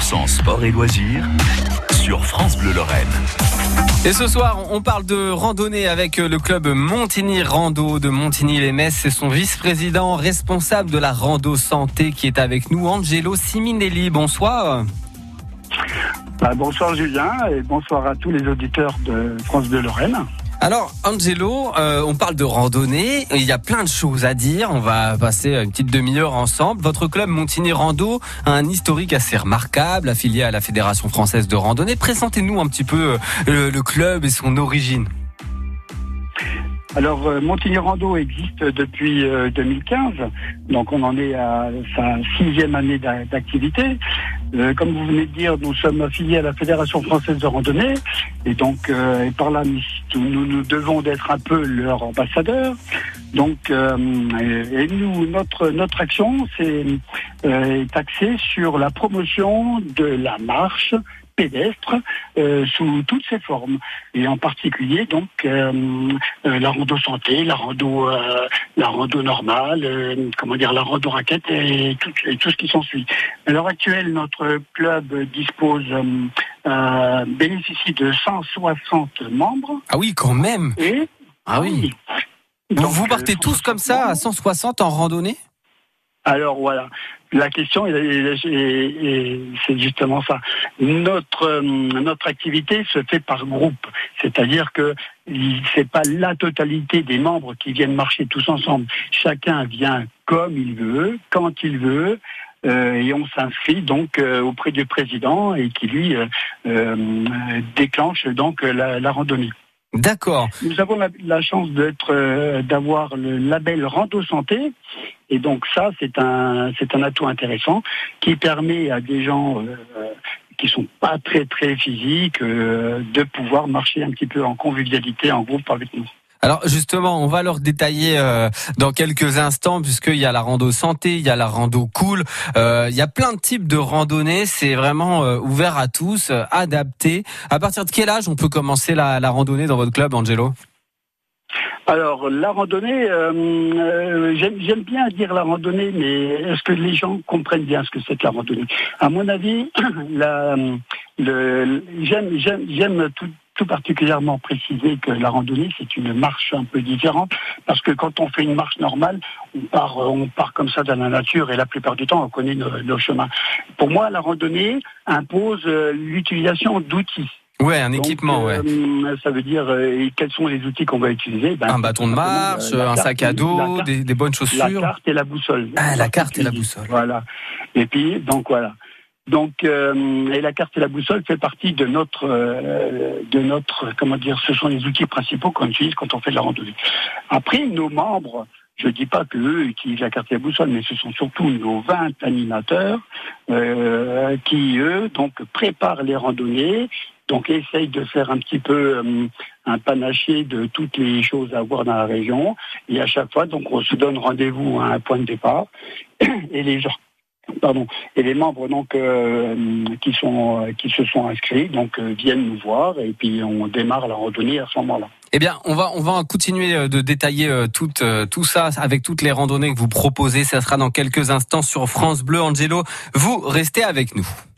100% sport et loisirs sur France Bleu Lorraine. Et ce soir, on parle de randonnée avec le club Montigny Rando de Montigny-les-Metz. C'est son vice-président responsable de la rando santé qui est avec nous, Angelo Siminelli. Bonsoir. Bonsoir Julien et bonsoir à tous les auditeurs de France Bleu Lorraine. Alors Angelo, on parle de randonnée, il y a plein de choses à dire, on va passer une petite demi-heure ensemble. Votre club Montigny Rando a un historique assez remarquable, affilié à la Fédération Française de Randonnée. Présentez-nous un petit peu le club et son origine. Alors Montigny Rando existe depuis 2015, donc on en est à sa 6e année d'activité. Comme vous venez de dire, nous sommes affiliés à la Fédération Française de Randonnée et donc et par là nous devons d'être un peu leur ambassadeur. Donc et nous notre action est axée sur la promotion de la marche pédestre sous toutes ses formes et en particulier donc la rando santé, la rando normale, la rando raquette et tout ce qui s'ensuit. À l'heure actuelle, notre club bénéficie de 160 membres. Ah oui, quand même. Oui. Vous partez tous comme ça à 160 en randonnée ? Alors voilà, la question c'est justement ça. Notre activité se fait par groupe, c'est-à-dire que c'est pas la totalité des membres qui viennent marcher tous ensemble. Chacun vient comme il veut, quand il veut. Et on s'inscrit donc auprès du président et qui lui déclenche donc la randonnée. D'accord. Nous avons la chance d'avoir le label Rando Santé et donc ça c'est un atout intéressant qui permet à des gens qui sont pas très très physiques de pouvoir marcher un petit peu en convivialité en groupe avec nous. Alors justement, on va leur détailler dans quelques instants puisqu'il y a la rando santé, il y a la rando cool, il y a plein de types de randonnées, c'est vraiment ouvert à tous, adapté. À partir de quel âge on peut commencer la randonnée dans votre club, Angelo ? Alors la randonnée, j'aime bien dire la randonnée, mais est-ce que les gens comprennent bien ce que c'est que la randonnée ? À mon avis, j'aime tout particulièrement préciser que la randonnée c'est une marche un peu différente parce que quand on fait une marche normale, on part comme ça dans la nature et la plupart du temps on connaît nos chemins. Pour moi, la randonnée impose l'utilisation d'outils. Ouais, un équipement, ouais. Ça veut dire quels sont les outils qu'on va utiliser. Un bâton de marche, un sac à dos, des bonnes chaussures. La carte et la boussole. La carte et la boussole. Voilà. Et puis donc voilà. Donc et la carte et la boussole fait partie de notre ce sont les outils principaux qu'on utilise quand on fait de la randonnée. Après, nos membres, je dis pas qu'eux utilisent la carte et la boussole, mais ce sont surtout nos 20 animateurs qui eux donc préparent les randonnées. Donc, essaye de faire un petit peu un panaché de toutes les choses à voir dans la région. Et à chaque fois, donc, on se donne rendez-vous à un point de départ. Et les membres donc qui se sont inscrits donc viennent nous voir et puis on démarre la randonnée à ce moment-là. Eh bien, on va continuer de détailler tout ça avec toutes les randonnées que vous proposez. Ça sera dans quelques instants sur France Bleu. Angelo, vous restez avec nous.